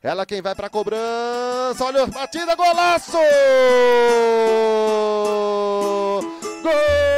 Ela quem vai pra cobrança. Olha a batida, golaço! Gol!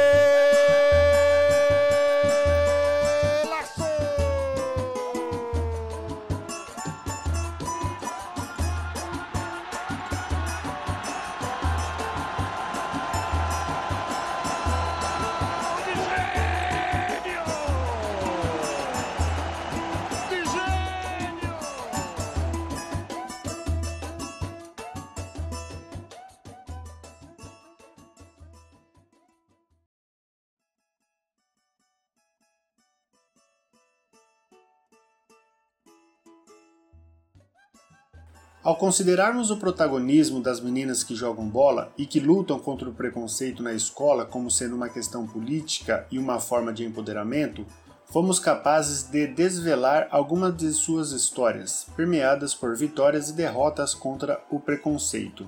Ao considerarmos o protagonismo das meninas que jogam bola e que lutam contra o preconceito na escola como sendo uma questão política e uma forma de empoderamento, fomos capazes de desvelar algumas de suas histórias, permeadas por vitórias e derrotas contra o preconceito.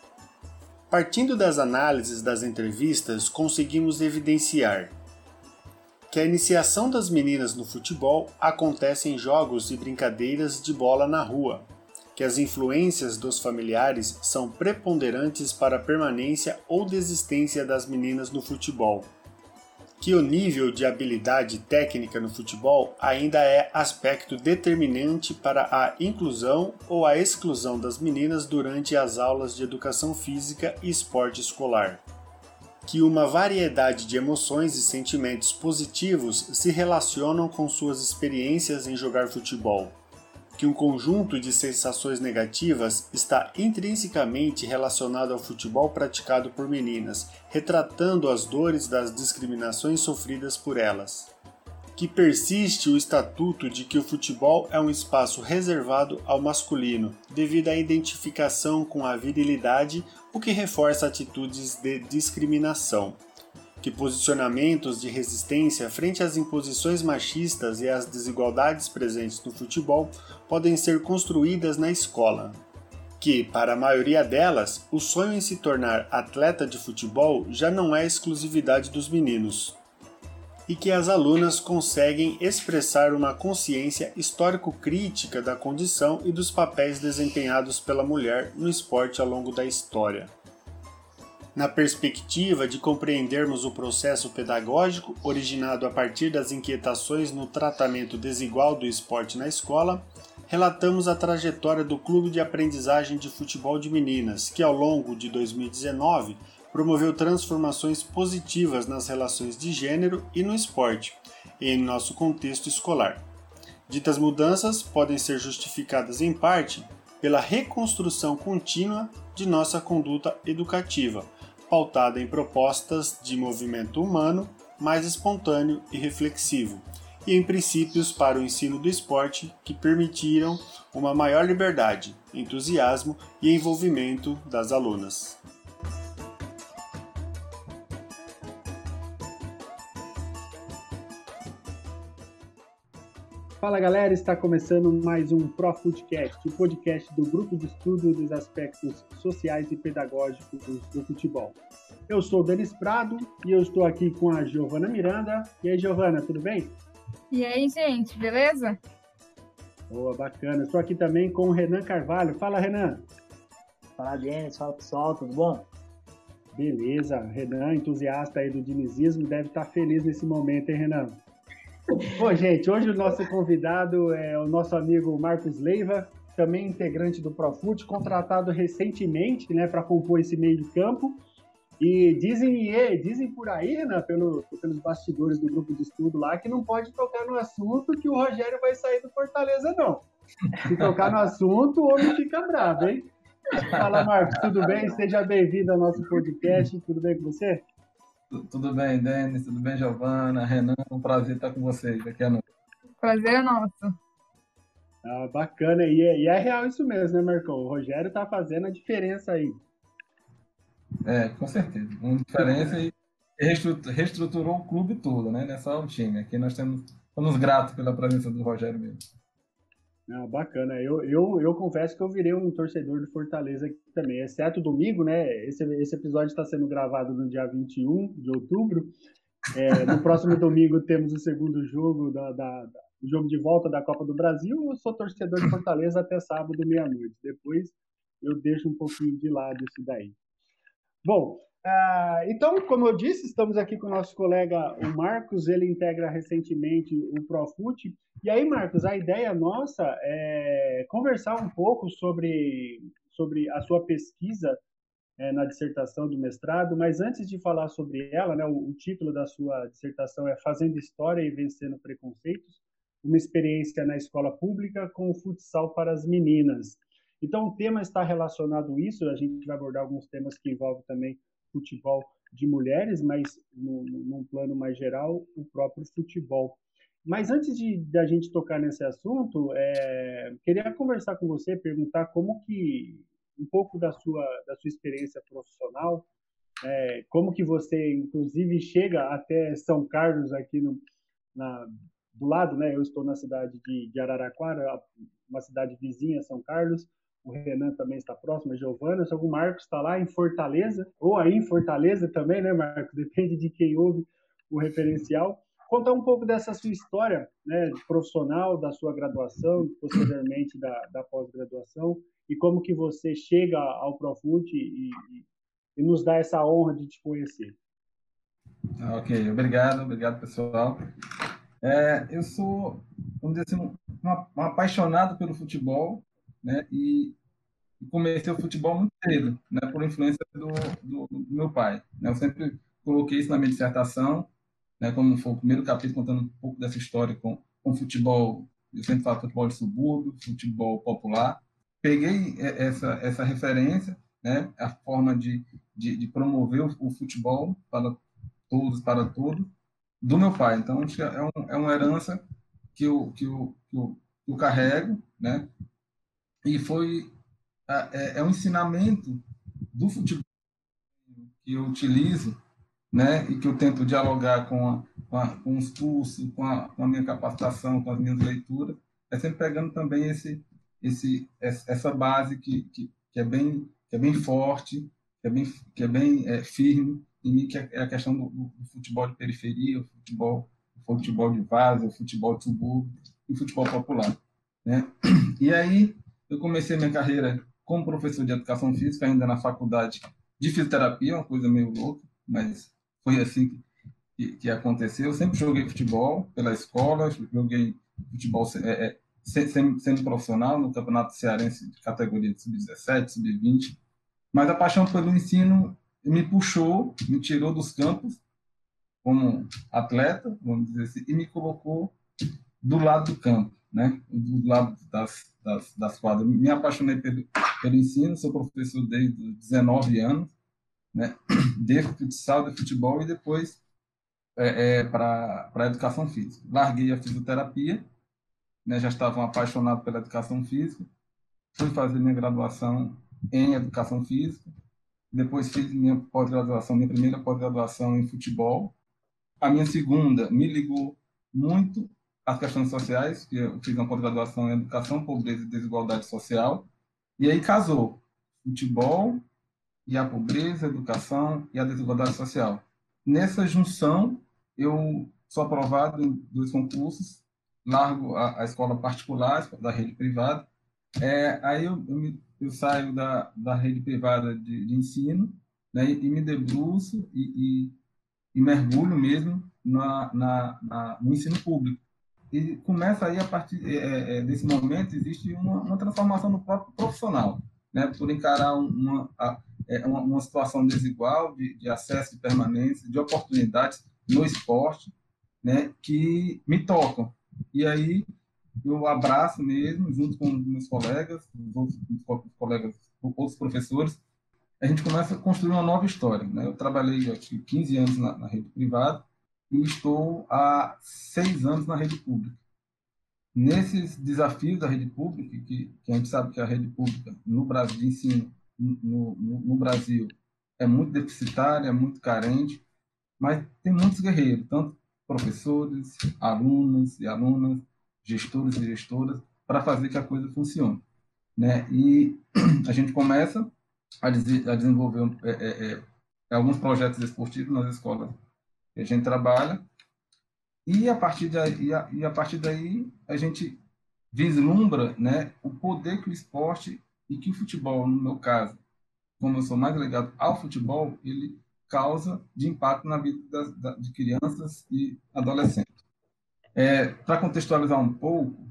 Partindo das análises das entrevistas, conseguimos evidenciar que a iniciação das meninas no futebol acontece em jogos e brincadeiras de bola na rua, que as influências dos familiares são preponderantes para a permanência ou desistência das meninas no futebol, que o nível de habilidade técnica no futebol ainda é aspecto determinante para a inclusão ou a exclusão das meninas durante as aulas de educação física e esporte escolar, que uma variedade de emoções e sentimentos positivos se relacionam com suas experiências em jogar futebol, que um conjunto de sensações negativas está intrinsecamente relacionado ao futebol praticado por meninas, retratando as dores das discriminações sofridas por elas. Que persiste o estatuto de que o futebol é um espaço reservado ao masculino, devido à identificação com a virilidade, o que reforça atitudes de discriminação. Que posicionamentos de resistência frente às imposições machistas e às desigualdades presentes no futebol podem ser construídas na escola. Que, para a maioria delas, o sonho em se tornar atleta de futebol já não é exclusividade dos meninos. E que as alunas conseguem expressar uma consciência histórico-crítica da condição e dos papéis desempenhados pela mulher no esporte ao longo da história. Na perspectiva de compreendermos o processo pedagógico originado a partir das inquietações no tratamento desigual do esporte na escola, relatamos a trajetória do Clube de Aprendizagem de Futebol de Meninas, que ao longo de 2019 promoveu transformações positivas nas relações de gênero e no esporte, e em nosso contexto escolar. Ditas mudanças podem ser justificadas em parte pela reconstrução contínua de nossa conduta educativa, pautada em propostas de movimento humano mais espontâneo e reflexivo, e em princípios para o ensino do esporte que permitiram uma maior liberdade, entusiasmo e envolvimento das alunas. Fala galera, está começando mais um ProFutCast, o podcast do Grupo de Estudo dos Aspectos Sociais e Pedagógicos do Futebol. Eu sou o Denis Prado e eu estou aqui com a Giovana Miranda. E aí, Giovana, tudo bem? E aí, gente, beleza? Boa, bacana. Estou aqui também com o Renan Carvalho. Fala, Renan. Fala, Denis. Fala, pessoal. Tudo bom? Beleza. Renan, entusiasta aí do dinizismo, deve estar feliz nesse momento, hein, Renan? Bom, gente, hoje o nosso convidado é o nosso amigo Marcos Leiva, também integrante do Profut, contratado recentemente, né, para compor esse meio de campo. E dizem por aí, né, pelos bastidores do grupo de estudo lá, que não pode tocar no assunto que o Rogério vai sair do Fortaleza, não. Se tocar no assunto, o homem fica bravo, hein? Fala, Marcos, tudo bem? Seja bem-vindo ao nosso podcast. Tudo bem com você? Tudo bem, Denis, tudo bem, Giovana, Renan, um prazer estar com vocês aqui à noite. Prazer é nosso. Ah, bacana, e é real isso mesmo, né, Marcão? O Rogério tá fazendo a diferença aí. Com certeza, uma diferença e reestruturou o clube todo, né, não é só o time, aqui nós estamos gratos pela presença do Rogério mesmo. Ah, bacana, eu confesso que eu virei um torcedor do Fortaleza aqui também, exceto domingo, né, esse episódio está sendo gravado no dia 21 de outubro, no próximo domingo temos o segundo jogo o jogo de volta da Copa do Brasil, eu sou torcedor de Fortaleza até sábado, meia-noite. Depois eu deixo um pouquinho de lado isso daí. Bom, então, como eu disse, estamos aqui com o nosso colega, o Marcos, ele integra recentemente o Profut. E aí, Marcos, a ideia nossa é conversar um pouco sobre a sua pesquisa na dissertação do mestrado, mas antes de falar sobre ela, né, o título da sua dissertação é Fazendo História e Vencendo Preconceitos, uma experiência na escola pública com o futsal para as meninas. Então, o tema está relacionado a isso, a gente vai abordar alguns temas que envolvem também futebol de mulheres, mas num plano mais geral, o próprio futebol. Mas antes da gente tocar nesse assunto, queria conversar com você, perguntar como que um pouco da sua experiência profissional, como que você, inclusive, chega até São Carlos, aqui do lado, né? Eu estou na cidade de Araraquara, uma cidade vizinha a São Carlos, o Renan também está próximo, a Giovana, só que o Marcos está lá em Fortaleza, ou aí em Fortaleza também, né, Marcos? Depende de quem ouve o referencial. Contar um pouco dessa sua história, né, profissional, da sua graduação, posteriormente da pós-graduação, e como que você chega ao Profut e nos dá essa honra de te conhecer. Ok, obrigado pessoal. Eu sou, vamos dizer assim, um apaixonado pelo futebol, né, e comecei o futebol muito cedo, né, por influência do meu pai, né. Eu sempre coloquei isso na minha dissertação, né, como foi o primeiro capítulo contando um pouco dessa história com futebol. Eu sempre falo futebol de subúrbio, futebol popular. Peguei essa referência, né, a forma de promover o futebol para todos, do meu pai. Então, é uma herança que eu carrego, né, e é um ensinamento do futebol que eu utilizo, né, e que eu tento dialogar com os cursos, com a minha capacitação, com as minhas leituras, sempre pegando também essa base que é bem forte, que é bem firme em mim, que é a questão do futebol de periferia, o futebol de várzea, o futebol de subúrbio e o futebol popular, né? E aí eu comecei minha carreira como professor de educação física, ainda na faculdade de fisioterapia, uma coisa meio louca, mas foi assim que aconteceu. Eu sempre joguei futebol pela escola, joguei futebol sendo profissional no Campeonato Cearense de categoria de sub-17, sub-20, mas a paixão pelo ensino me puxou, me tirou dos campos como atleta, vamos dizer assim, e me colocou do lado do campo, né? Do lado das quadras. Me apaixonei pelo ensino, sou professor desde 19 anos, né? De futsal, de futebol, e depois para a educação física. Larguei a fisioterapia, né? Já estava apaixonado pela educação física, fui fazer minha graduação em educação física, depois fiz minha primeira pós-graduação em futebol. A minha segunda me ligou muito às questões sociais, que eu fiz uma pós-graduação em educação, pobreza e desigualdade social, e aí casou futebol e a pobreza, a educação e a desigualdade social. Nessa junção, eu sou aprovado em 2 concursos, largo a escola particular, da rede privada. Aí eu saio da rede privada de ensino, né, e me debruço e mergulho mesmo no ensino público. E começa aí, a partir desse momento, existe uma transformação no próprio profissional, né, por encarar uma situação desigual de acesso, de permanência, de oportunidades no esporte, né, que me tocam. E aí eu abraço mesmo, junto com meus colegas, outros professores, a gente começa a construir uma nova história, né? Eu trabalhei aqui 15 anos na rede privada e estou há 6 anos na rede pública. Nesses desafios da rede pública, que a gente sabe que a rede pública no Brasil, de ensino no Brasil, é muito deficitária, é muito carente, mas tem muitos guerreiros, tanto professores, alunos e alunas, gestores e gestoras, para fazer que a coisa funcione, né? E a gente começa a desenvolver alguns projetos esportivos nas escolas que a gente trabalha, E a partir daí a gente vislumbra, né, o poder que o esporte e que o futebol, no meu caso, como eu sou mais ligado ao futebol, ele causa de impacto na vida de crianças e adolescentes. Para contextualizar um pouco,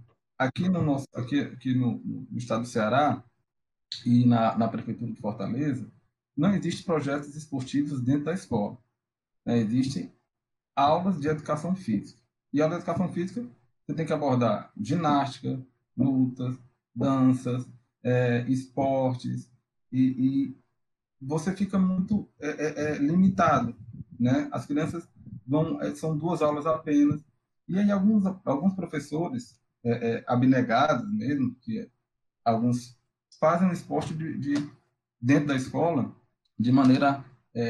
aqui no estado do Ceará e na prefeitura de Fortaleza, não existem projetos esportivos dentro da escola, né? Existem aulas de educação física. E a aula de educação física, você tem que abordar ginástica, lutas, danças, esportes, e você fica muito limitado, né? As crianças são 2 aulas apenas, e aí alguns professores abnegados mesmo, que alguns fazem um esporte dentro da escola de maneira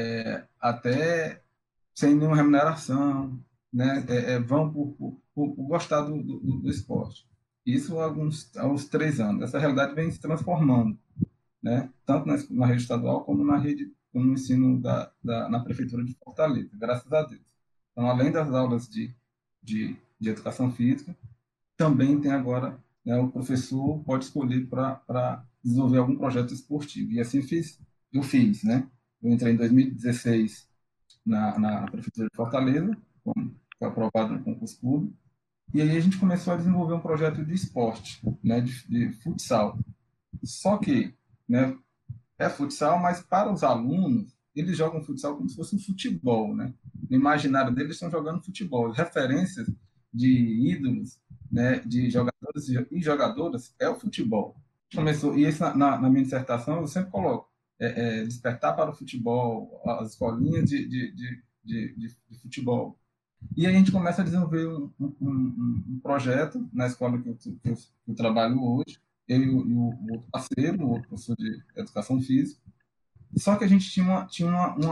até sem nenhuma remuneração, né? Vão por gostar do esporte. Isso há uns 3 anos. Essa realidade vem se transformando, né? Tanto na rede estadual como como no ensino na prefeitura de Fortaleza, graças a Deus. Então, além das aulas de educação física, também tem agora, né, o professor pode escolher para desenvolver algum projeto esportivo. E assim eu fiz, né? Eu entrei em 2016 na prefeitura de Fortaleza, foi aprovado no concurso público, e aí a gente começou a desenvolver um projeto de esporte, né, de futsal. Só que, né, é futsal, mas para os alunos, eles jogam futsal como se fosse um futebol, né? No imaginário deles, estão jogando futebol. Referências de ídolos, né, de jogadores e jogadoras, é o futebol. Começou, e isso na minha dissertação eu sempre coloco, despertar para o futebol, as escolinhas de futebol. E aí a gente começa a desenvolver um projeto na escola que eu trabalho hoje, eu e o outro parceiro, o outro professor de educação física. Só que a gente tinha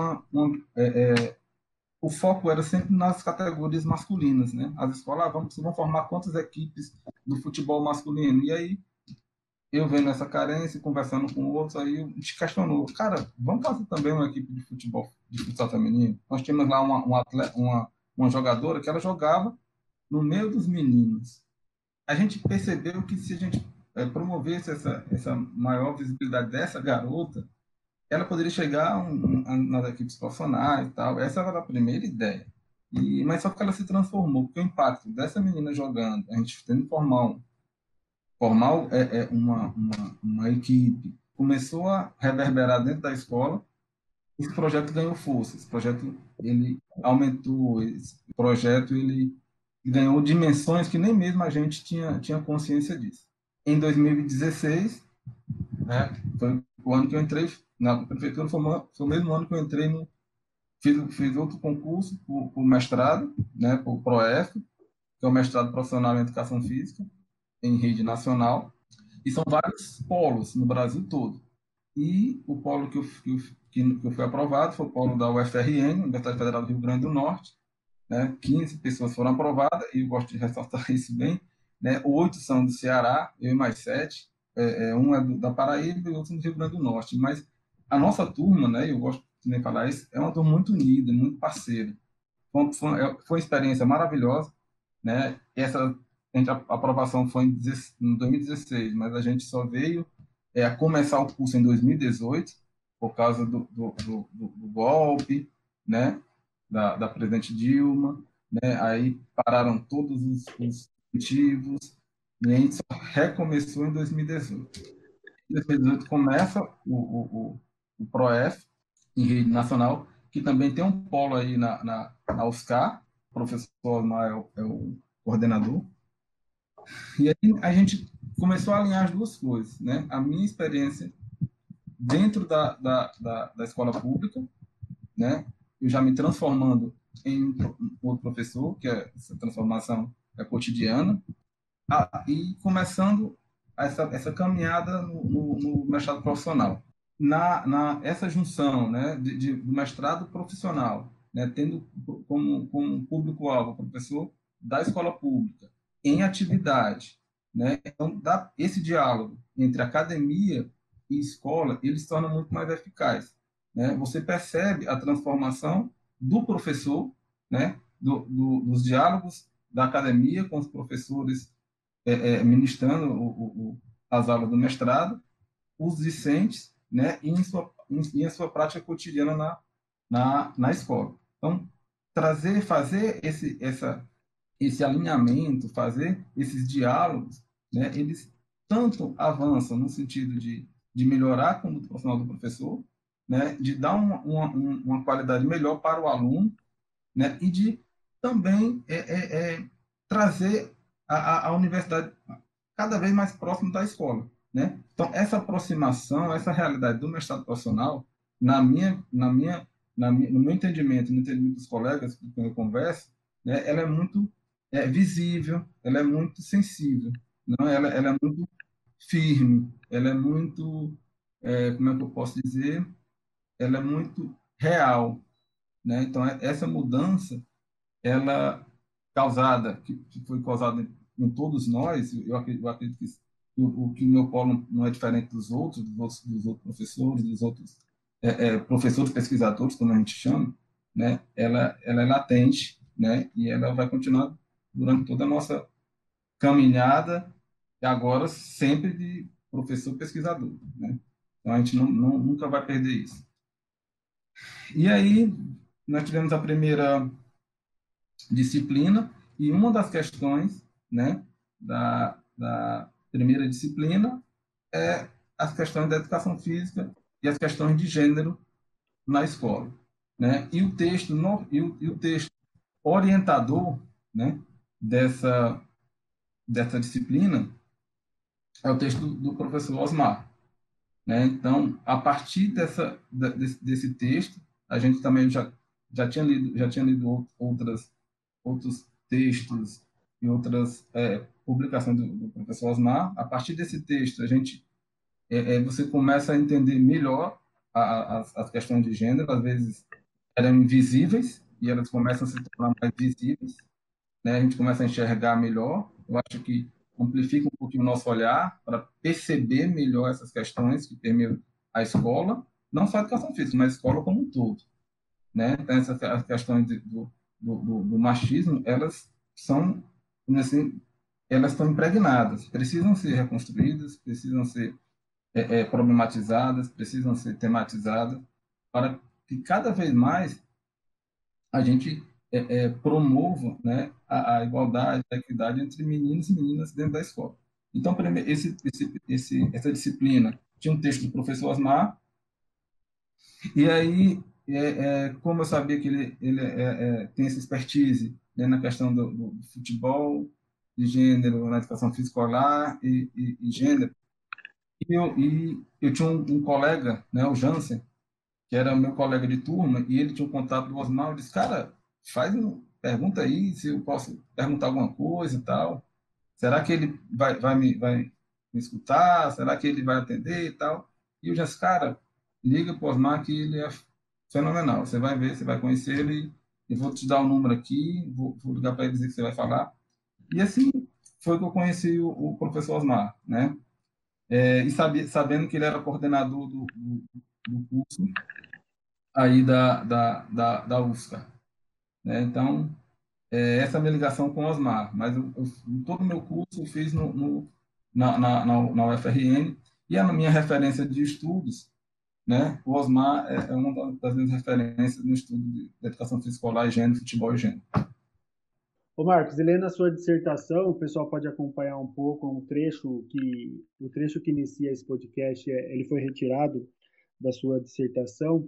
o foco era sempre nas categorias masculinas, né? As escolas vão formar quantas equipes do futebol masculino? E aí eu vendo essa carência, conversando com outros, aí a gente questionou, cara, vamos fazer também uma equipe de futebol, de futsal feminino? Nós tínhamos lá uma jogadora que ela jogava no meio dos meninos. A gente percebeu que se a gente promovesse essa maior visibilidade dessa garota, ela poderia chegar nas equipes profissionais e tal. Essa era a primeira ideia. Mas só que ela se transformou, porque o impacto dessa menina jogando, a gente tendo que formar uma equipe, começou a reverberar dentro da escola. Esse projeto ganhou força, esse projeto ele aumentou, esse projeto ele ganhou dimensões que nem mesmo a gente tinha consciência disso. Em 2016, né, foi o ano que eu entrei na prefeitura, foi o mesmo ano que eu entrei fiz outro concurso por mestrado, né, por PROEF, que é o mestrado profissional em educação física, em rede nacional, e são vários polos no Brasil todo. E o polo que eu fui aprovado foi o polo da UFRN, Universidade Federal do Rio Grande do Norte, né? 15 pessoas foram aprovadas, e eu gosto de ressaltar isso bem, né? 8 são do Ceará, eu e mais 7, um é da Paraíba e outro do Rio Grande do Norte. Mas a nossa turma, né, eu gosto de nem falar isso, é uma turma muito unida, muito parceira. Foi uma experiência maravilhosa, né? A aprovação foi em 2016, mas a gente só veio a começar o curso em 2018, por causa do golpe, né? Da presidente Dilma, né? Aí pararam todos os incentivos, e a gente só recomeçou em 2018. Em 2018 começa o PROEF, em rede nacional, que também tem um polo aí na UFSCar, o professor Osmar é o coordenador. E aí a gente começou a alinhar as duas coisas, né? A minha experiência dentro da escola pública, né? Eu já me transformando em outro professor, que essa transformação é cotidiana, e começando essa caminhada no mestrado profissional. Essa junção, né, do mestrado profissional, né, tendo como público-alvo o professor da escola pública, em atividade, né? Então, esse diálogo entre academia e escola, ele se torna muito mais eficaz, né? Você percebe a transformação do professor, né, dos diálogos da academia com os professores ministrando as aulas do mestrado, os discentes, né, e em sua prática cotidiana na escola. Então, fazer esse alinhamento, fazer esses diálogos, né, eles tanto avançam no sentido de melhorar a conduta profissional do professor, né, de dar uma qualidade melhor para o aluno, né, e de também trazer a universidade cada vez mais próximo da escola, né? Então, essa aproximação, essa realidade do mestrado profissional, no meu entendimento, no entendimento dos colegas com quem eu converso, né, ela é muito visível, ela é muito sensível, não? Ela é muito firme, ela é muito, como é que eu posso dizer? Ela é muito real, né? Então, essa mudança, ela que foi causada em todos nós, eu acredito que que o meu polo não é diferente dos outros professores, dos outros professores pesquisadores, como a gente chama, né? Ela é latente, né? E ela vai continuar durante toda a nossa caminhada, e agora sempre de professor pesquisador, né? Então a gente nunca vai perder isso. E aí nós tivemos a primeira disciplina, e uma das questões, né, da primeira disciplina é as questões da educação física e as questões de gênero na escola, né? E o texto o texto orientador, né, dessa disciplina é o texto do professor Osmar, né? Então, a partir desse texto, a gente também já tinha lido outros textos e outras publicações do professor Osmar. A partir desse texto, você começa a entender melhor as questões de gênero. Às vezes eram invisíveis e elas começam a se tornar mais visíveis, né? A gente começa a enxergar melhor. Eu acho que amplifica um pouquinho o nosso olhar para perceber melhor essas questões que permeiam a escola, não só a educação física, mas a escola como um todo, né? Então, as questões do machismo, elas são, assim, elas estão impregnadas, precisam ser reconstruídas, precisam ser problematizadas, precisam ser tematizadas, para que cada vez mais a gente promova, né, a igualdade, a equidade entre meninos e meninas dentro da escola. Então, primeiro, essa disciplina tinha um texto do professor Osmar, e aí, como eu sabia que ele tem essa expertise, né, na questão do futebol, de gênero, na educação física escolar e gênero, e eu tinha um colega, né, o Jansen, que era meu colega de turma, e ele tinha um contato do Osmar. Eu disse, cara, pergunta aí se eu posso perguntar alguma coisa e tal. Será que ele vai me escutar? Será que ele vai atender e tal? E eu disse, cara, liga para o Osmar que ele é fenomenal. Você vai ver, você vai conhecer ele, eu vou te dar o número aqui, vou ligar para ele dizer que você vai falar. E assim foi que eu conheci o professor Osmar, né? E sabendo que ele era coordenador do curso aí da UFSCar, né? Então, essa é a minha ligação com o Osmar, mas todo o meu curso eu fiz na UFRN, e a minha referência de estudos, né? O Osmar é uma das minhas referências no estudo de educação física escolar, gênero, futebol e gênero. Ô Marcos, e lendo a sua dissertação, o pessoal pode acompanhar um pouco o trecho que inicia esse podcast, ele foi retirado da sua dissertação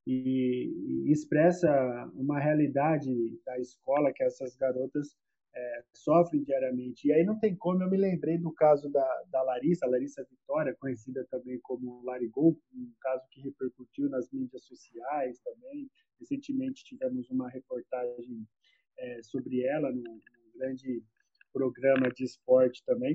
e expressa uma realidade da escola que essas garotas sofrem diariamente. E aí não tem como, eu me lembrei do caso da Larissa Vitória, conhecida também como Larigol, um caso que repercutiu nas mídias sociais também. Recentemente tivemos uma reportagem sobre ela num grande programa de esporte também.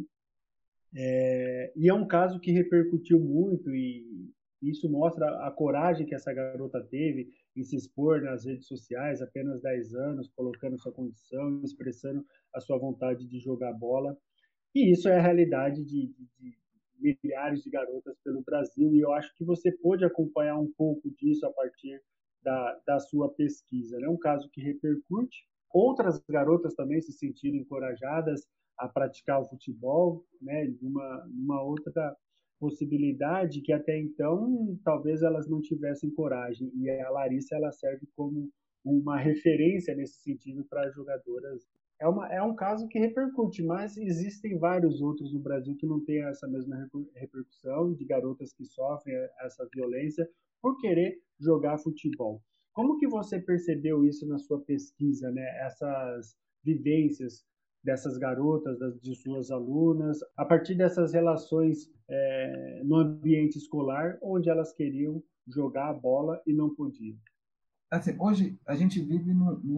E é um caso que repercutiu muito e isso mostra a coragem que essa garota teve em se expor nas redes sociais, apenas 10 anos, colocando sua condição, expressando a sua vontade de jogar bola. E isso é a realidade de milhares de garotas pelo Brasil, e eu acho que você pôde acompanhar um pouco disso a partir da sua pesquisa. É um caso que repercute, outras garotas também se sentiram encorajadas a praticar o futebol, né? Uma outra possibilidade que até então talvez elas não tivessem coragem. E a Larissa ela serve como uma referência nesse sentido para as jogadoras. É um caso que repercute, mas existem vários outros no Brasil que não têm essa mesma repercussão, de garotas que sofrem essa violência por querer jogar futebol. Como que você percebeu isso na sua pesquisa, né? Essas vivências dessas garotas, de suas alunas, a partir dessas relações no ambiente escolar, onde elas queriam jogar a bola e não podiam? Assim, hoje a gente vive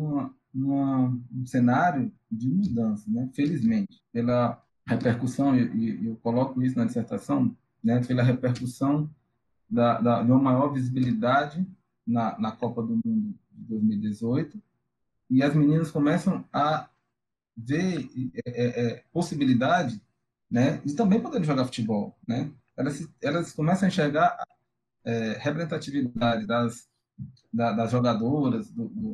num cenário de mudança, né? Felizmente, pela repercussão, e eu coloco isso na dissertação, né? Pela repercussão de uma maior visibilidade na Copa do Mundo de 2018, e as meninas começam a ver possibilidade, né, de também poder jogar futebol, né? Elas começam a enxergar representatividade das jogadoras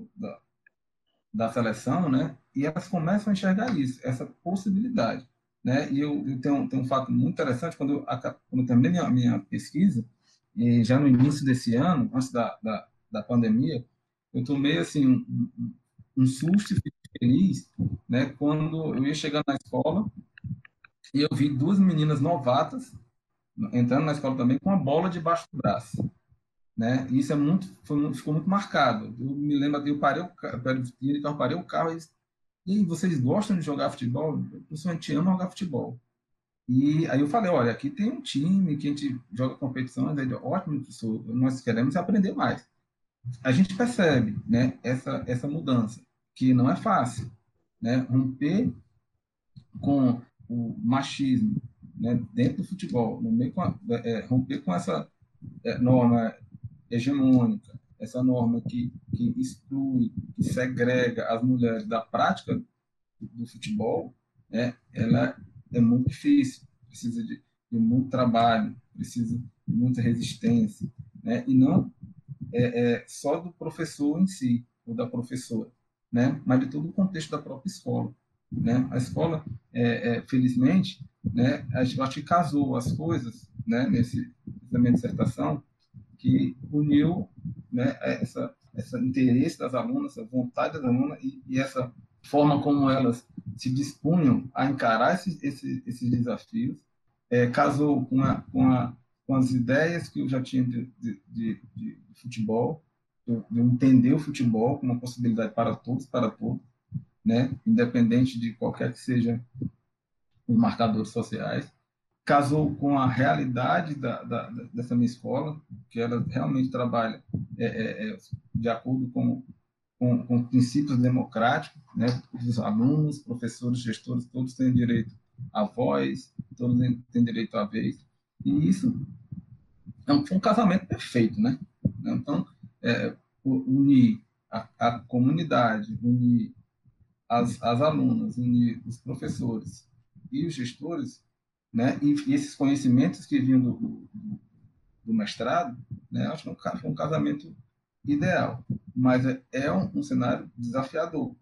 da seleção, né? E elas começam a enxergar isso, essa possibilidade, né? E eu tenho um fato muito interessante quando eu terminei minha pesquisa, e já no início desse ano, antes da pandemia, eu tomei assim um susto e fiquei feliz, né? Quando eu ia chegar na escola e eu vi duas meninas novatas entrando na escola também com uma bola debaixo do braço, né? E isso ficou muito marcado. Eu me lembro, eu parei o carro e aí, vocês gostam de jogar futebol? A gente ama jogar futebol. E aí eu falei, olha, aqui tem um time que a gente joga competições, ótimo, professor, nós queremos aprender mais. A gente percebe, né, essa mudança, que não é fácil, né? Romper com o machismo, né, dentro do futebol, romper com essa norma hegemônica, essa norma que exclui, que segrega as mulheres da prática do futebol, né, ela é muito difícil, precisa de muito trabalho, precisa de muita resistência, né, e não só do professor em si, ou da professora, né, mas de todo o contexto da própria escola. Né? A escola, felizmente, né, acho que casou as coisas, né, nessa minha dissertação, que uniu, né, esse interesse das alunas, essa vontade das alunas e essa forma como elas se dispunham a encarar esses desafios, casou com as ideias que eu já tinha de futebol, de entender o futebol como uma possibilidade para todos, né, independente de qualquer que seja os marcadores sociais. Casou com a realidade dessa minha escola, que ela realmente trabalha de acordo com princípios democráticos, né? Os alunos, professores, gestores, todos têm direito à voz, todos têm direito à vez. E isso foi um casamento perfeito, né? Então, unir a comunidade, unir as alunas, unir os professores e os gestores, né? E esses conhecimentos que vinham do mestrado, né? Acho que foi um casamento ideal, mas é um cenário desafiador.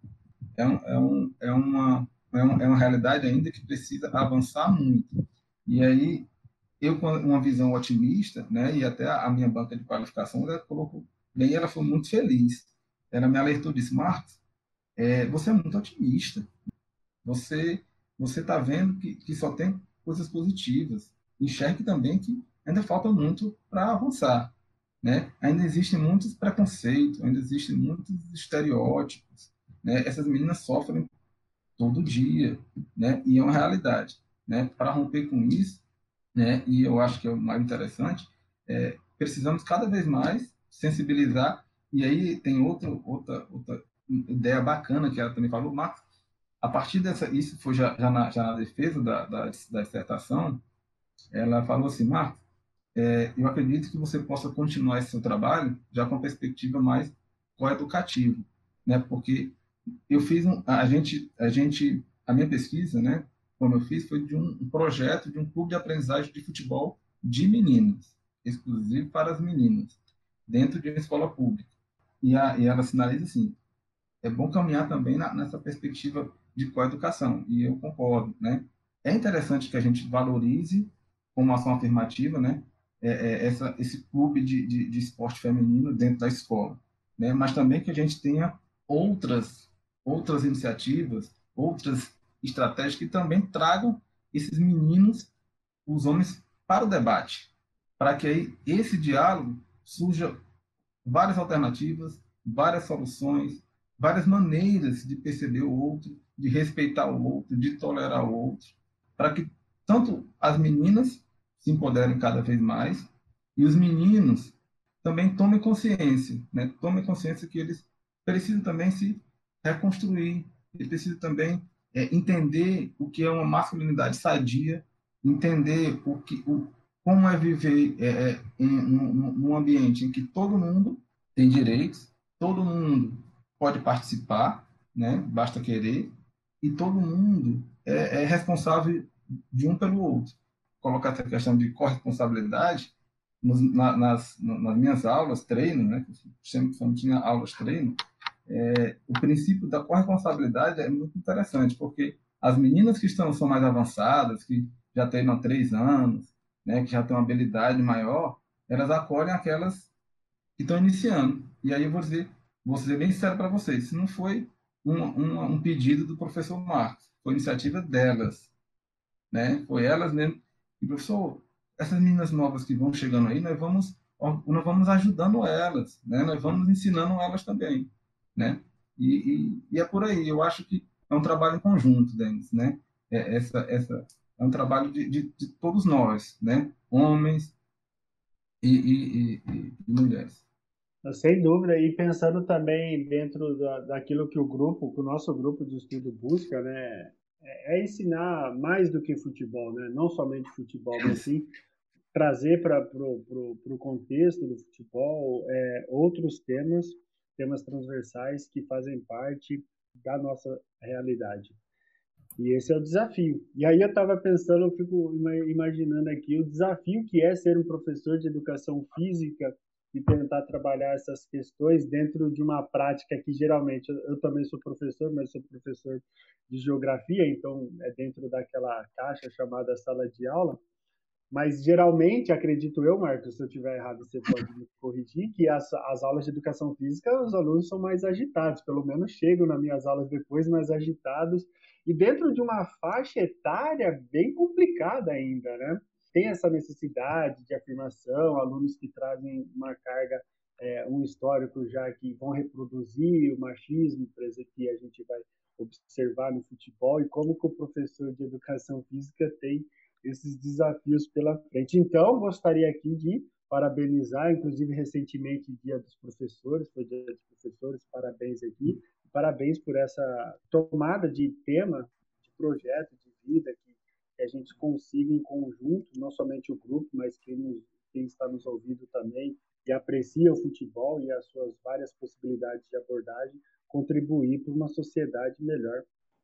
É uma realidade ainda que precisa avançar muito. E aí, eu com uma visão otimista, né? E até a minha banca de qualificação, ela colocou bem, ela foi muito feliz. Ela me alertou e disse, Marcos, você é muito otimista. Você está vendo que só tem coisas positivas. Enxergue também que ainda falta muito para avançar, né? Ainda existem muitos preconceitos, ainda existem muitos estereótipos, né? Essas meninas sofrem todo dia, né? E é uma realidade, né? Para romper com isso, né? E eu acho que é o mais interessante, precisamos cada vez mais sensibilizar. E aí tem outra ideia bacana que ela também falou, Marcos, a partir isso foi já na defesa da dissertação, ela falou assim, Marcos, eu acredito que você possa continuar esse seu trabalho já com uma perspectiva mais coeducativa, né? Porque eu fiz a minha pesquisa, né? Como eu fiz, foi de um projeto de um clube de aprendizagem de futebol de meninas, exclusivo para as meninas, dentro de uma escola pública. E ela sinaliza assim, é bom caminhar também nessa perspectiva de coeducação, e eu concordo, né? É interessante que a gente valorize como ação afirmativa, né? Esse clube de esporte feminino dentro da escola, né? Mas também que a gente tenha outras iniciativas, outras estratégias que também tragam esses meninos, os homens, para o debate, para que aí esse diálogo surja várias alternativas, várias soluções, várias maneiras de perceber o outro, de respeitar o outro, de tolerar o outro, para que tanto as meninas se empoderem cada vez mais e os meninos também tomem consciência, né? Tomem consciência que eles precisam também se reconstruir, eles precisam também entender o que é uma masculinidade sadia, entender como é viver num ambiente em que todo mundo tem direitos, todo mundo pode participar, né? Basta querer, e todo mundo é responsável de um pelo outro. Colocar essa questão de corresponsabilidade nas minhas aulas, treino, né? Sempre quando tinha aulas treino, o princípio da corresponsabilidade é muito interessante, porque as meninas que são mais avançadas, que já treinam há 3 anos, né, que já têm uma habilidade maior, elas acolhem aquelas que estão iniciando. E aí eu vou ser bem sincero para vocês, se não foi um pedido do professor Marcos, foi iniciativa delas, né? Foi elas mesmo. E, professor, essas meninas novas que vão chegando aí, nós vamos ajudando elas, né? Nós vamos ensinando elas também, né? E é por aí. Eu acho que é um trabalho em conjunto, Denis, né? É um trabalho de todos nós, né? Homens e mulheres. Sem dúvida, e pensando também dentro daquilo que o nosso grupo de estudo busca, né, é ensinar mais do que futebol, né, não somente futebol, mas sim trazer para o contexto do futebol outros temas transversais que fazem parte da nossa realidade. E esse é o desafio. E aí eu estava pensando, eu fico imaginando aqui o desafio que é ser um professor de educação física e tentar trabalhar essas questões dentro de uma prática que geralmente, eu também sou professor, mas sou professor de geografia, então é dentro daquela caixa chamada sala de aula, mas geralmente, acredito eu, Marcos, se eu estiver errado, você pode me corrigir, que as aulas de educação física, os alunos são mais agitados, pelo menos chegam nas minhas aulas depois mais agitados, e dentro de uma faixa etária bem complicada ainda, né? Tem essa necessidade de afirmação, alunos que trazem uma carga, um histórico já que vão reproduzir o machismo, por exemplo, que a gente vai observar no futebol, e como que o professor de educação física tem esses desafios pela frente. Então, gostaria aqui de parabenizar, inclusive recentemente Dia dos Professores, foi Dia dos Professores, parabéns aqui, parabéns por essa tomada de tema, de projeto, de vida, que a gente consiga em conjunto, não somente o grupo, mas quem está nos ouvindo também e aprecia o futebol e as suas várias possibilidades de abordagem, contribuir para uma sociedade melhor.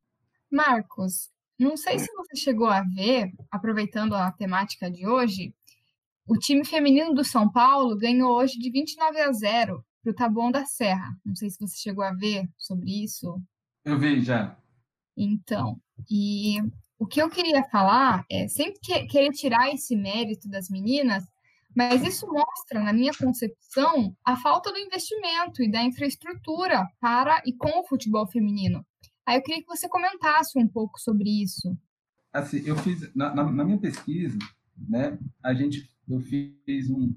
Marcos, não sei se você chegou a ver, aproveitando a temática de hoje, o time feminino do São Paulo ganhou hoje de 29-0 para o Taboão da Serra. Não sei se você chegou a ver sobre isso. Eu vi já. Então, e o que eu queria falar é sempre querer tirar esse mérito das meninas, mas isso mostra, na minha concepção, a falta do investimento e da infraestrutura para e com o futebol feminino. Aí eu queria que você comentasse um pouco sobre isso. Assim, eu fiz, na minha pesquisa, né, eu fiz um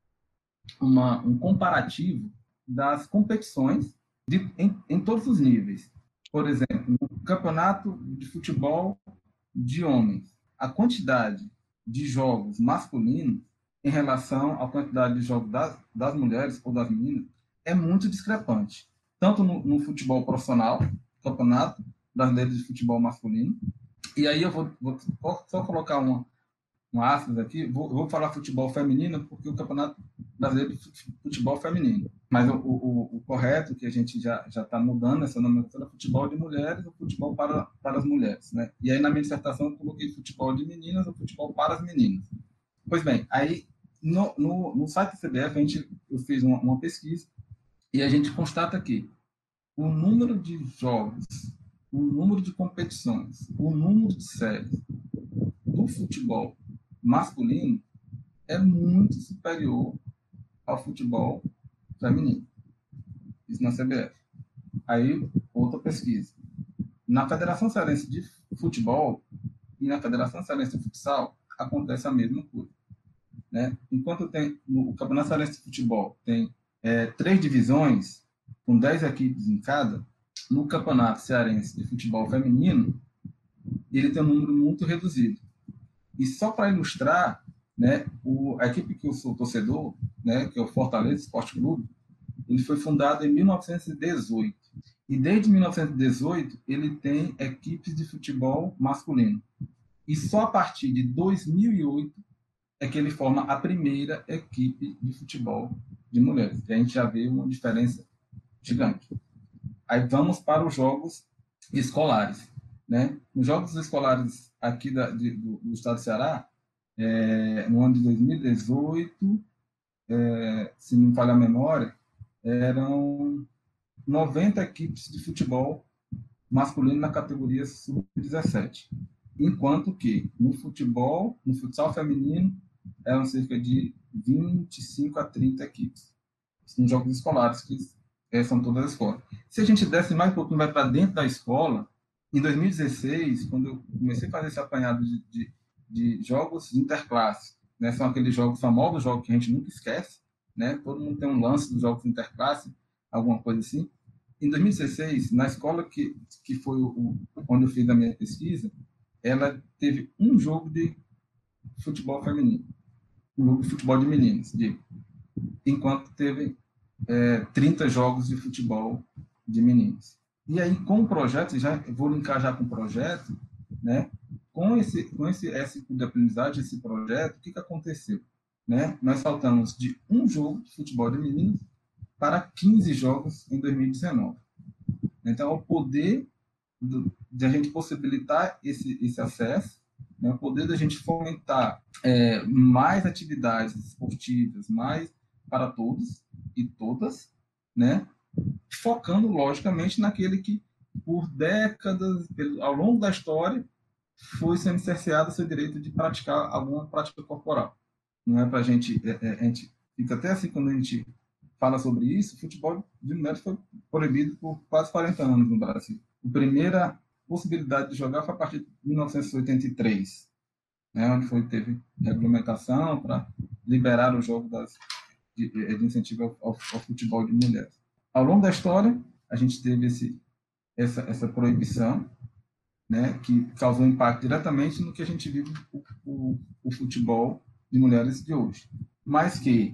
comparativo das competições em todos os níveis. Por exemplo, no campeonato de futebol de homens, a quantidade de jogos masculinos em relação à quantidade de jogos das mulheres ou das meninas é muito discrepante. Tanto no futebol profissional, campeonato brasileiro de futebol masculino, e aí eu vou só colocar um aspas aqui, vou falar futebol feminino, porque o campeonato brasileiro de futebol feminino, mas o correto, que a gente já está mudando essa nomenclatura, futebol de mulheres ou futebol para as mulheres, né? E aí na minha dissertação eu coloquei futebol de meninas ou futebol para as meninas. Pois bem, aí no site da CBF eu fiz uma pesquisa e a gente constata que o número de jogos, o número de competições, o número de séries do futebol masculino é muito superior ao futebol feminino. Isso na CBF. Aí, outra pesquisa. Na Federação Cearense de Futebol e na Federação Cearense de Futsal, acontece a mesma coisa. Né? Enquanto tem no Campeonato Cearense de Futebol tem 3 divisões, com 10 equipes em cada, no Campeonato Cearense de Futebol Feminino, ele tem um número muito reduzido. E só para ilustrar, né, a equipe que eu sou torcedor, né, que é o Fortaleza Esporte Clube, ele foi fundado em 1918. E desde 1918, ele tem equipes de futebol masculino. E só a partir de 2008 é que ele forma a primeira equipe de futebol de mulheres. E a gente já vê uma diferença gigante. Aí vamos para os jogos escolares. Né? Nos jogos escolares aqui do estado do Ceará, no ano de 2018, se não me falha a memória, eram 90 equipes de futebol masculino na categoria sub-17. Enquanto que no futsal feminino, eram cerca de 25 a 30 equipes. São jogos escolares, que são todas as escolas. Se a gente desce mais um pouquinho, vai para dentro da escola, em 2016, quando eu comecei a fazer esse apanhado de jogos interclasses, né, são aqueles jogos famosos, jogos que a gente nunca esquece, né, todo mundo tem um lance dos jogos interclasse, alguma coisa assim. Em 2016, na escola que foi onde eu fiz a minha pesquisa, ela teve um jogo de futebol feminino, um jogo de futebol de meninas, enquanto teve 30 jogos de futebol de meninos. E aí, com o projeto, já vou linkar já com o projeto, né? Com esse tipo de aprendizagem, esse projeto, o que aconteceu? Né? Nós saltamos de um jogo de futebol de meninos para 15 jogos em 2019. Então, o poder de a gente possibilitar esse acesso, né? O poder da gente fomentar mais atividades esportivas, mais para todos e todas, né? Focando, logicamente, naquele que, por décadas, ao longo da história, foi sendo cerceado o seu direito de praticar alguma prática corporal. Não é para a gente fica até assim quando a gente fala sobre isso. O futebol de mulheres foi proibido por quase 40 anos no Brasil. A primeira possibilidade de jogar foi a partir de 1983, né, onde teve regulamentação para liberar o jogo de incentivo ao futebol de mulheres. Ao longo da história, a gente teve essa proibição, né, que causou impacto diretamente no que a gente vive o futebol de mulheres de hoje. Mas que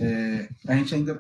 a gente ainda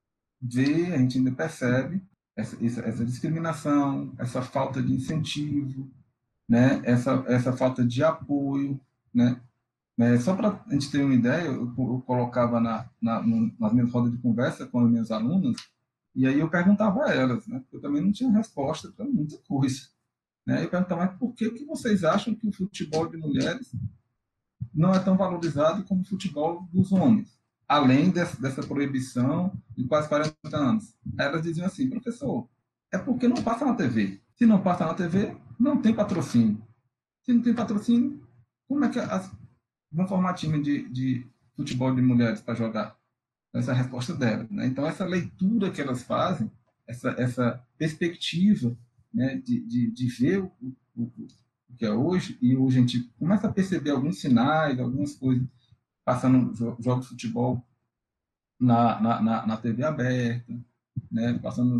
vê, a gente ainda percebe essa discriminação, essa falta de incentivo, né, essa falta de apoio, né. Só para a gente ter uma ideia, eu colocava nas minhas rodas de conversa com as minhas alunas, e aí eu perguntava a elas, né, porque eu também não tinha resposta para muita coisa. Né? Eu perguntava, mas por que vocês acham que o futebol de mulheres não é tão valorizado como o futebol dos homens? Além dessa proibição de quase 40 anos. Aí elas diziam assim, professor, é porque não passa na TV. Se não passa na TV, não tem patrocínio. Se não tem patrocínio, como é que vão formar time de futebol de mulheres para jogar? Essa é a resposta delas. Né? Então, essa leitura que elas fazem, essa perspectiva, né, de ver o que é hoje, e hoje a gente começa a perceber alguns sinais, algumas coisas, passando jogos de futebol na TV aberta, né, passando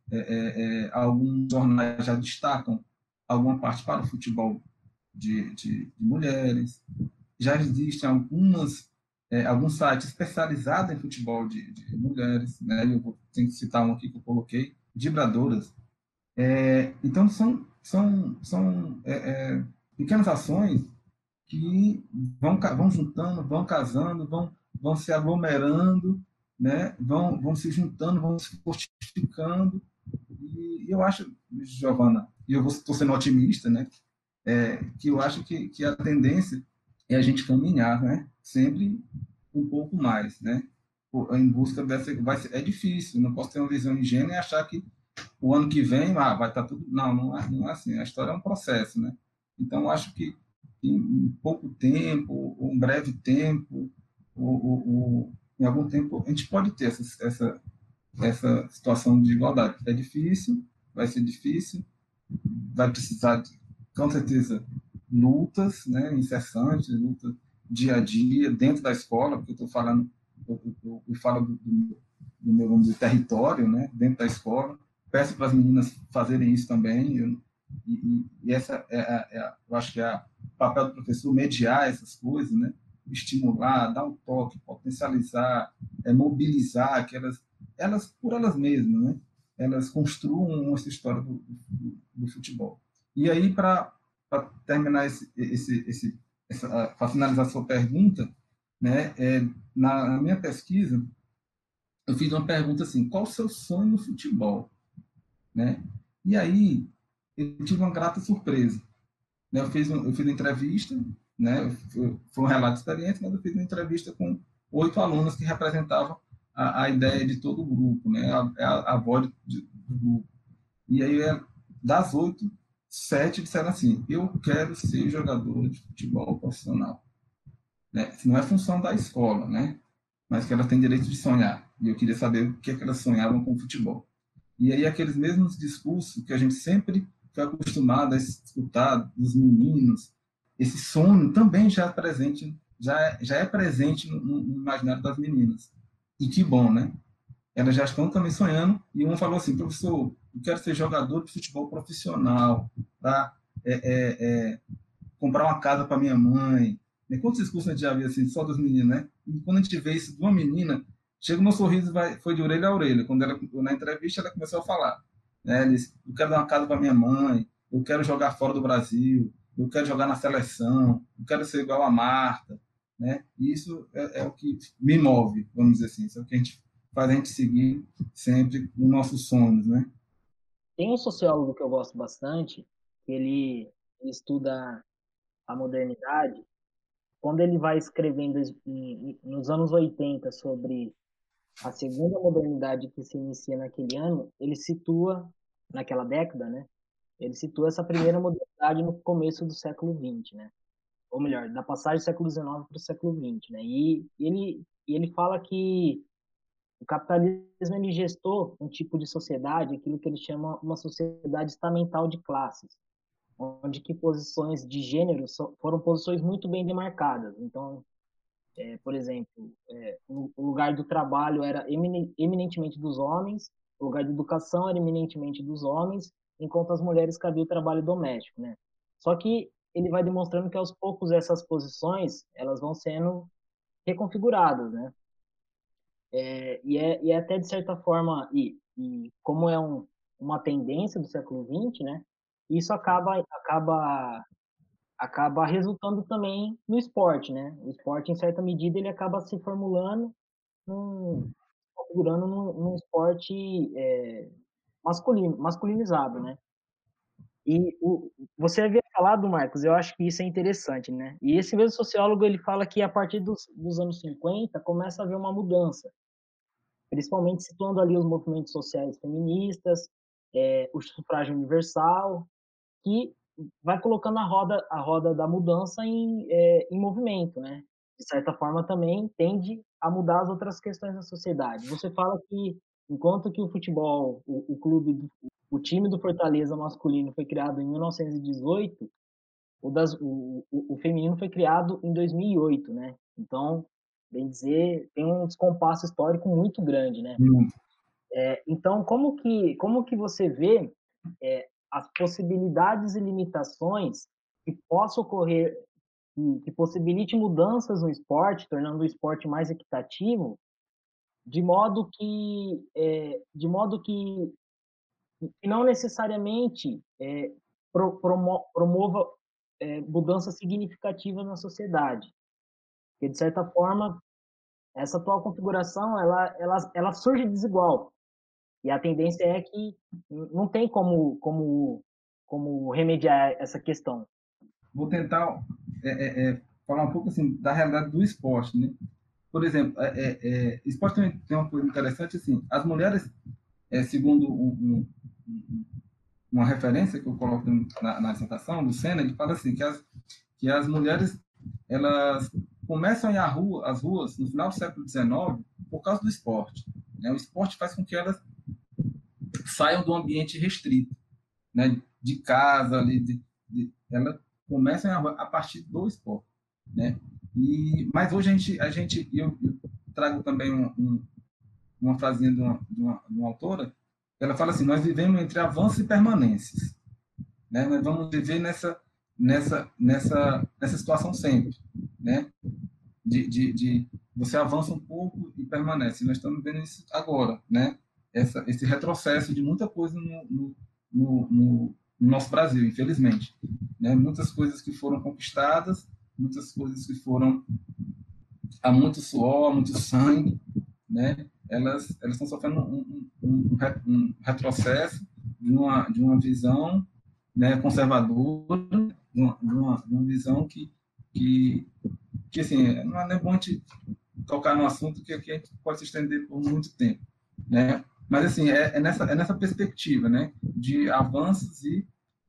alguns jornais já destacam alguma parte para o futebol de mulheres, já existem alguns sites especializados em futebol de mulheres, né, eu tenho que citar um aqui que eu coloquei, Vibradoras. Então, são pequenas ações que vão juntando, vão casando, vão se aglomerando, né? vão se juntando, vão se fortificando. E eu acho, Giovana, e eu estou sendo otimista, né? Que eu acho que a tendência é a gente caminhar, né? Sempre um pouco mais, né? Em busca dessa... é difícil, não posso ter uma visão ingênua e achar que o ano que vem vai estar tudo... Não é assim. A história é um processo, né? Então, eu acho que em pouco tempo, ou um breve tempo, em algum tempo, a gente pode ter essa situação de igualdade. É difícil, vai ser difícil, vai precisar, com certeza, lutas, né, incessantes, lutas dia a dia, dentro da escola, porque eu estou falando, eu falo do meu, vamos dizer, território, né, dentro da escola. Peço para as meninas fazerem isso também, e essa eu acho que é o papel do professor, mediar essas coisas, né, estimular, dar um toque, potencializar, mobilizar, que elas por elas mesmas, né, elas construam essa história do futebol. E aí, para terminar para finalizar a sua pergunta, né, na minha pesquisa, eu fiz uma pergunta assim: qual o seu sonho no futebol? Né? E aí, eu tive uma grata surpresa. Né? Eu fiz uma entrevista, né? Foi um relato de experiência, mas eu fiz uma entrevista com 8 alunas que representavam a ideia de todo o grupo, né? A voz do grupo. E aí, das 8, 7 disseram assim: eu quero ser jogador de futebol profissional. Né? Não é função da escola, né? Mas que elas têm direito de sonhar. E eu queria saber o que é que elas sonhavam com o futebol. E aí aqueles mesmos discursos que a gente sempre foi acostumado a escutar dos meninos, esse sonho também já é presente, já é presente no imaginário das meninas. E que bom, né? Elas já estão também sonhando, e um falou assim: professor, eu quero ser jogador de futebol profissional, tá? Comprar uma casa para minha mãe. Quantos discursos a gente já viu assim, só dos meninos, né? E quando a gente vê isso de uma menina, chega o meu sorriso, foi de orelha a orelha. Quando na entrevista ela começou a falar, né? Ela disse: eu quero dar uma casa para minha mãe, eu quero jogar fora do Brasil, eu quero jogar na seleção, eu quero ser igual a Marta, né? E isso é o que me move, vamos dizer assim. Isso é o que a gente faz a gente seguir sempre os nossos sonhos, né? Tem um sociólogo que eu gosto bastante, que ele estuda a modernidade. Quando ele vai escrevendo nos anos 80 sobre a segunda modernidade que se inicia naquele ano, ele situa, naquela década, né? Ele situa essa primeira modernidade no começo do século XX, né? Ou melhor, da passagem do século XIX para o século XX, né? E ele fala que o capitalismo ele gestou um tipo de sociedade, aquilo que ele chama uma sociedade estamental de classes, onde que posições de gênero foram posições muito bem demarcadas. Então, por exemplo, o lugar do trabalho era eminentemente dos homens, o lugar de educação era eminentemente dos homens, enquanto as mulheres cabia o trabalho doméstico, né? Só que ele vai demonstrando que aos poucos essas posições elas vão sendo reconfiguradas, né? E é até de certa forma, e como é uma tendência do século XX, né? Isso acaba resultando também no esporte, né? O esporte, em certa medida, ele acaba se formulando, configurando num esporte masculinizado, né? E você havia falado, Marcos, eu acho que isso é interessante, né? E esse mesmo sociólogo, ele fala que a partir dos anos 50 começa a haver uma mudança, principalmente situando ali os movimentos sociais feministas, o sufrágio universal, que vai colocando a roda da mudança em movimento, né? De certa forma também tende a mudar as outras questões da sociedade. Você fala que enquanto que o futebol, o time do Fortaleza masculino foi criado em 1918, o feminino foi criado em 2008, né? Então, bem dizer, tem um descompasso histórico muito grande, né? Então, como que você vê as possibilidades e limitações que possam ocorrer, que possibilite mudanças no esporte, tornando o esporte mais equitativo, de modo que não necessariamente promova mudanças significativas na sociedade, porque de certa forma essa atual configuração ela surge desigual. E a tendência é que não tem como remediar essa questão. Vou tentar falar um pouco assim da realidade do esporte, né? Por exemplo, esporte também tem uma coisa interessante assim. As mulheres, segundo uma referência que eu coloco na dissertação do Senna. Ele fala assim, que as mulheres, elas começam a ir às ruas no final do século XIX por causa do esporte, né? O esporte faz com que elas saiam do ambiente restrito, né? De casa, ali, elas começam a ir à rua a partir do esporte, né? Mas hoje eu trago também uma frasinha de uma autora. Ela fala assim: nós vivemos entre avanços e permanências, né? Nós vamos viver nessa situação sempre, né? De você avança um pouco e permanece. Nós estamos vendo isso agora, né? Esse retrocesso de muita coisa no nosso Brasil, infelizmente, né? Muitas coisas que foram conquistadas, muitas coisas que foram há muito suor, há muito sangue, né? Elas estão sofrendo um retrocesso de uma visão, né, conservadora, de uma visão que assim, não é bom a gente tocar no assunto que aqui a gente pode se estender por muito tempo, né? Mas assim, é nessa perspectiva, né, de avanços e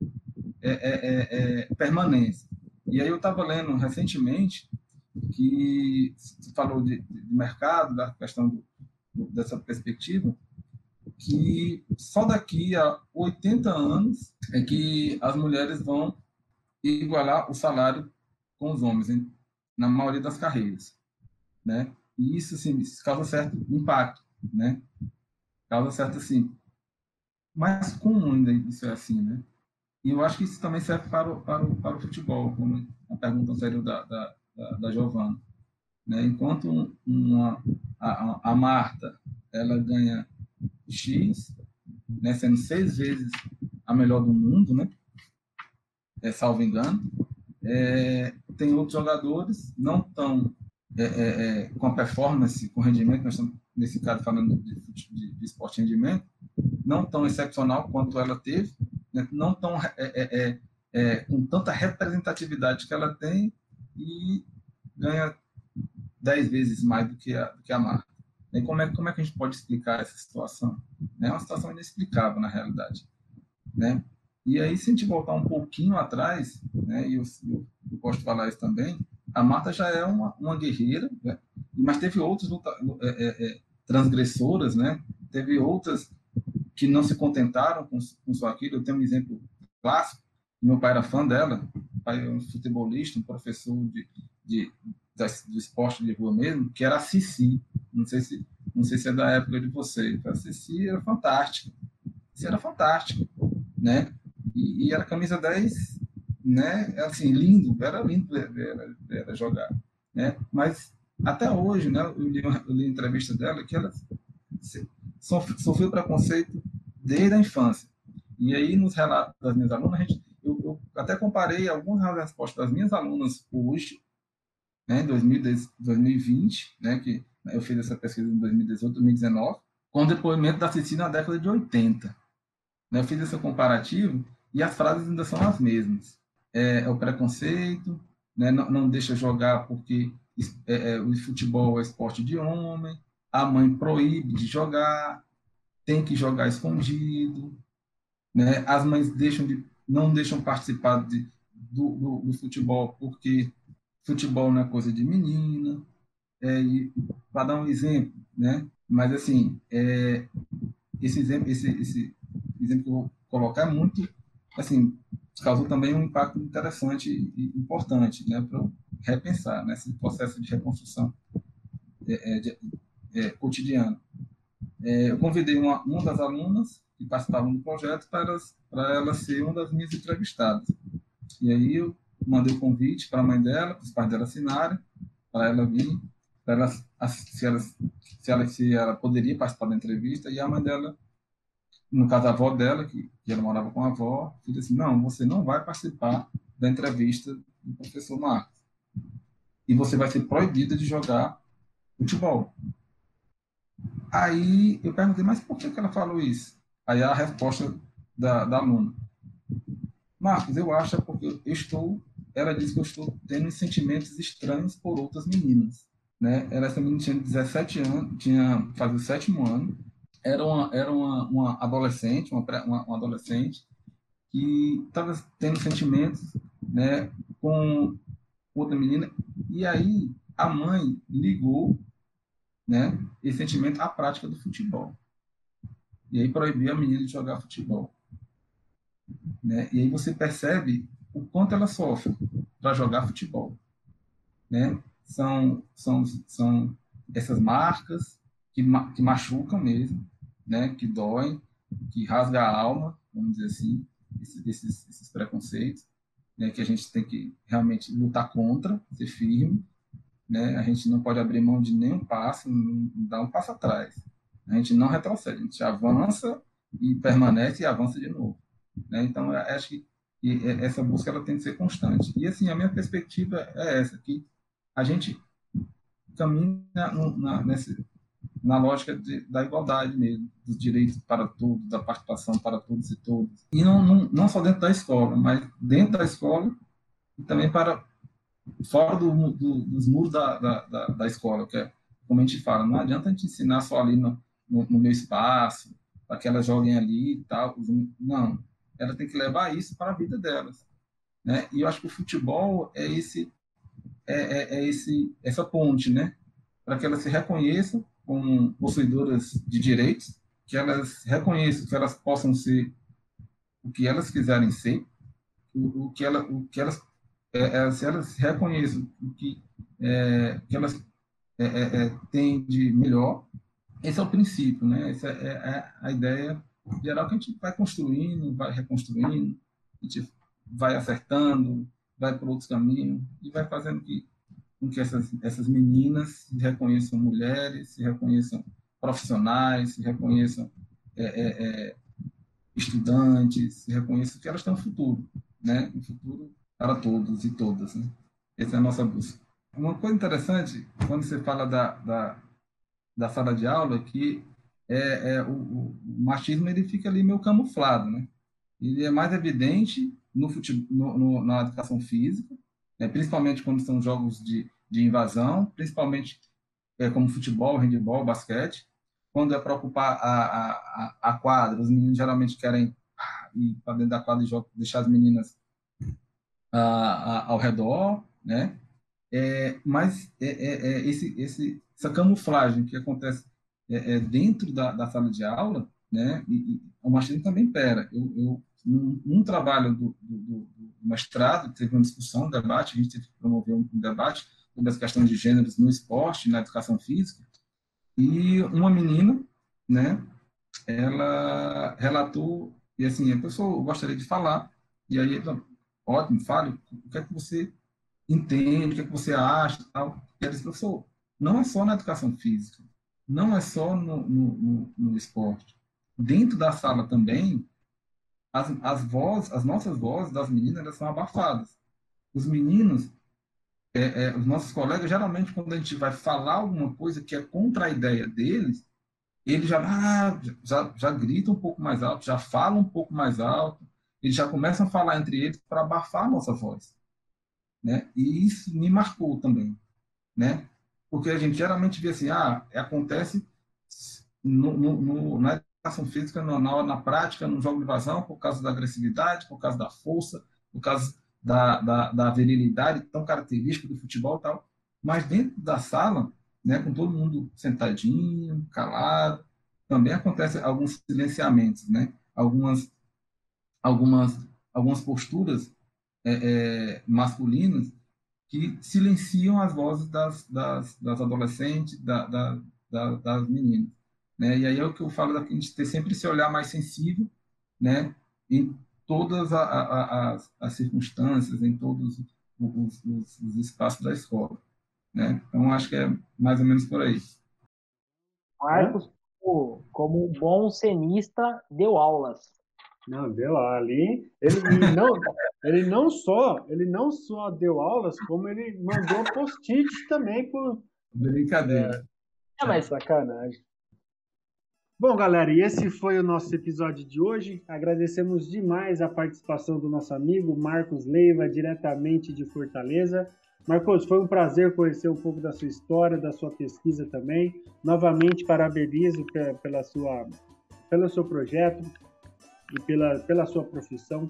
permanência. E aí eu estava lendo recentemente que você falou de mercado, da questão dessa perspectiva, que só daqui a 80 anos é que as mulheres vão igualar o salário com os homens, hein, na maioria das carreiras, né? E isso, assim, causa certo impacto, né? Causa certo, assim, mas como ainda isso é assim, né? E eu acho que isso também serve para o futebol, como a pergunta anterior da Giovana, né? Enquanto a Marta, ela ganha X, né, sendo 6 vezes a melhor do mundo, né? Salvo engano. Tem outros jogadores não tão com a performance, com rendimento, nós estamos nesse caso falando de esporte de rendimento, não tão excepcional quanto ela teve, né? Não tão com tanta representatividade que ela tem, e ganha 10 vezes mais do que a Marta. E como é que a gente pode explicar essa situação? É uma situação inexplicável, na realidade, né? E aí, se a gente voltar um pouquinho atrás, né, e eu gosto de falar isso também, a Marta já é uma guerreira, né? Mas teve outras transgressoras, né? Teve outras que não se contentaram com só aquilo. Eu tenho um exemplo clássico. Meu pai era fã dela. Meu pai é um futebolista, um professor do esporte de rua mesmo, que era a Cici. Não sei se é da época de vocês. A Cici era fantástica. Cici era fantástica, né? E era camisa 10, né? Assim, lindo, era lindo ver jogar, né? Mas até hoje, né? Eu li a entrevista dela que ela sofreu preconceito desde a infância. E aí, nos relatos das minhas alunas, eu até comparei algumas respostas das minhas alunas hoje, né, em 2020, né, que eu fiz essa pesquisa em 2018, 2019, com o depoimento da Cici na década de 80. Né, eu fiz esse comparativo e as frases ainda são as mesmas. O preconceito, né, não deixa jogar porque o futebol é esporte de homem, a mãe proíbe de jogar, tem que jogar escondido, né, as mães não deixam participar do futebol porque futebol não é coisa de menina, para dar um exemplo, né? Mas assim, esse exemplo que eu vou colocar é muito, assim, causou também um impacto interessante e importante, né, para repensar nesse processo de reconstrução cotidiano. Eu convidei uma das alunas que participavam do projeto para ela ser uma das minhas entrevistadas. E aí eu mandei o convite para a mãe dela, para os pais dela assinarem, para ela vir, para se ela poderia participar da entrevista. E a mãe dela, no caso a avó dela, que ela morava com a avó, disse assim: não, você não vai participar da entrevista do professor Marcos. E você vai ser proibida de jogar futebol. Aí eu perguntei: mas por que ela falou isso? Aí a resposta da aluna: Marcos, eu acho porque ela disse que eu estou tendo sentimentos estranhos por outras meninas, né? Essa menina tinha 17 anos, fazia o 7º ano, uma adolescente, uma adolescente que estava tendo sentimentos, né, com outra menina, e aí a mãe ligou, né, esse sentimento à prática do futebol. E aí proibiu a menina de jogar futebol. Né? E aí você percebe o quanto ela sofre para jogar futebol. Né? São essas marcas que machucam mesmo, né? Que doem, que rasgam a alma, vamos dizer assim, esses preconceitos, né? Que a gente tem que realmente lutar contra, ser firme. Né? A gente não pode abrir mão de nenhum passo, não dar um passo atrás. A gente não retrocede, a gente avança e permanece e avança de novo. Né? Então, eu acho que essa busca ela tem que ser constante. E, assim, a minha perspectiva é essa, que a gente caminha na lógica da igualdade mesmo, dos direitos para todos, da participação para todos e todas. E não só dentro da escola, mas dentro da escola e também para fora dos muros da escola, que é como a gente fala, não adianta a gente ensinar só ali no meu espaço, para que elas joguem ali e tal. Não, ela tem que levar isso para a vida delas. Né? E eu acho que o futebol é essa ponte, né? Para que elas se reconheçam como possuidoras de direitos, que elas reconheçam que elas possam ser o que elas quiserem ser, o que elas se elas reconheçam o que elas têm de melhor. Esse é o princípio, né? Essa é a ideia geral que a gente vai construindo, vai reconstruindo, a gente vai acertando, vai por outros caminhos e vai fazendo com que essas meninas se reconheçam mulheres, se reconheçam profissionais, se reconheçam estudantes, se reconheçam que elas têm um futuro, né? Um futuro para todos e todas, né? Essa é a nossa busca. Uma coisa interessante, quando você fala da sala de aula, que o machismo ele fica ali meio camuflado, né? Ele é mais evidente no futebol, na educação física, né? Principalmente quando são jogos de invasão, principalmente como futebol, handebol, basquete. Quando é para ocupar a quadra, os meninos geralmente querem ir para dentro da quadra e deixar as meninas ao redor, né? Mas essa camuflagem que acontece dentro da sala de aula, né? E o machismo também impera. Num trabalho do mestrado, teve uma discussão, um debate, a gente teve que promover um debate sobre as questões de gêneros no esporte, na educação física, e uma menina, né? Ela relatou, e assim, a pessoa gostaria de falar, e aí, ótimo, fale, o que é que você entende, o que é que você acha, tal. E ela disse, professor, não é só na educação física, não é só no esporte. Dentro da sala também, as nossas vozes das meninas, elas são abafadas. Os meninos, os nossos colegas, geralmente, quando a gente vai falar alguma coisa que é contra a ideia deles, eles já gritam um pouco mais alto, já falam um pouco mais alto, eles já começam a falar entre eles para abafar a nossa voz. Né? E isso me marcou também, né? Porque a gente geralmente vê assim, acontece na educação física, na prática, no jogo de invasão, por causa da agressividade, por causa da força, por causa da virilidade tão característica do futebol e tal. Mas dentro da sala, né, com todo mundo sentadinho, calado, também acontece alguns silenciamentos, né? Algumas posturas masculinas que silenciam as vozes das adolescentes, das meninas. Né? E aí é o que eu falo, da gente ter sempre esse olhar mais sensível, né? Em todas as circunstâncias, em todos os espaços da escola. Né? Então, acho que é mais ou menos por aí. Marcos, como um bom cenista, deu aulas. Não, deu ali. Ele não só deu aulas, como ele mandou post-it também por Brincadeira. mas sacanagem. Bom, galera, e esse foi o nosso episódio de hoje. Agradecemos demais a participação do nosso amigo Marcos Leiva, diretamente de Fortaleza. Marcos, foi um prazer conhecer um pouco da sua história, da sua pesquisa também. Novamente, parabenizo pelo seu projeto e pela sua profissão.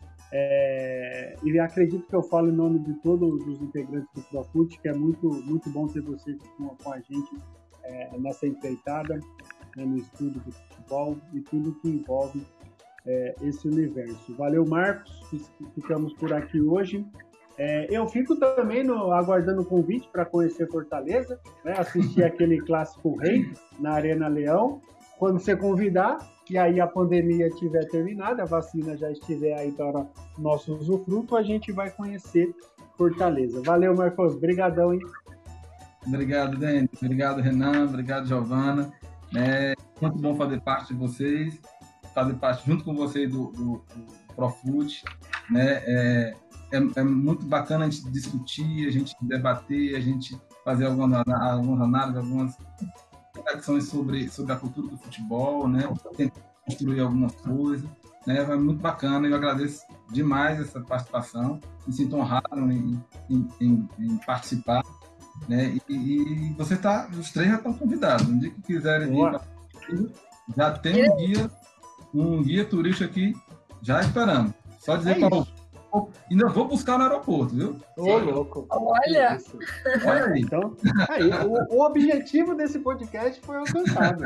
E acredito que eu falo em nome de todos os integrantes do Profut, que é muito, muito bom ter você com a gente nessa empreitada, né, no estudo do futebol e tudo que envolve esse universo. Valeu, Marcos, ficamos por aqui hoje. Eu fico também aguardando o convite para conhecer Fortaleza, né, assistir aquele clássico rei na Arena Leão, quando você convidar, e aí a pandemia estiver terminada, a vacina já estiver aí para nosso usufruto, a gente vai conhecer Fortaleza. Valeu, Marcos, brigadão, hein? Obrigado, Denis. Obrigado, Renan. Obrigado, Giovana. Muito bom fazer parte de vocês, fazer parte junto com vocês do Profut, né? É muito bacana a gente discutir, a gente debater, a gente fazer algumas análises, algumas reflexões sobre a cultura do futebol, né? Tentar construir algumas coisas, né? É muito bacana, eu agradeço demais essa participação, me sinto honrado em participar, né? E os três já estão convidados, no dia que quiserem vir, já tem um guia turístico aqui já esperando, só dizer para ainda vou buscar no aeroporto, viu? Ô, louco. Olha aí. Então, o objetivo desse podcast foi alcançado.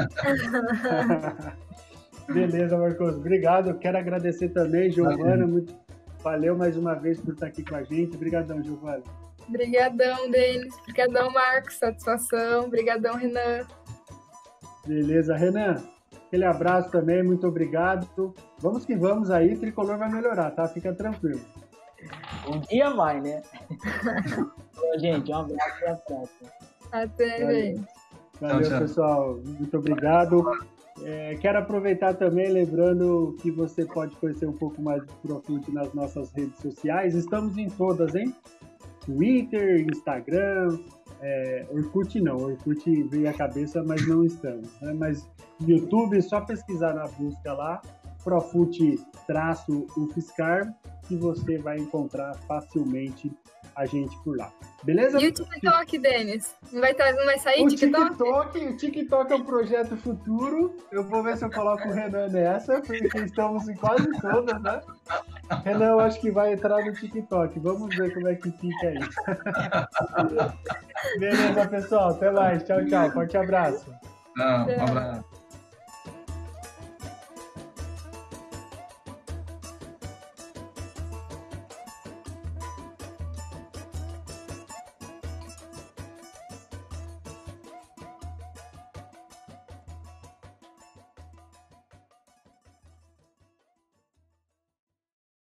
Beleza, Marcos. Obrigado. Quero agradecer também, Giovana. Valeu mais uma vez por estar aqui com a gente. Obrigadão, Giovana. Obrigadão, Denis. Obrigadão, Marcos. Satisfação. Obrigadão, Renan. Beleza, Renan. Aquele abraço também, muito obrigado. Vamos que vamos aí, o Tricolor vai melhorar, tá? Fica tranquilo. Um dia vai, né? Gente, um abraço e até a próxima. Até, gente. Valeu, tchau. Pessoal. Muito obrigado. Quero aproveitar também, lembrando que você pode conhecer um pouco mais do Profut nas nossas redes sociais. Estamos em todas, hein? Twitter, Instagram, Orkut não. Orkut veio à cabeça, mas não estamos. Né? Mas YouTube, só pesquisar na busca lá, Profut-UFSCar, que você vai encontrar facilmente a gente por lá. Beleza? E o TikTok, Denis? Não vai sair TikTok? O TikTok é um projeto futuro. Eu vou ver se eu coloco o Renan nessa, porque estamos em quase todas, né? Renan, eu acho que vai entrar no TikTok. Vamos ver como é que fica aí. Beleza, pessoal. Até mais. Tchau, tchau. Forte abraço. Um abraço.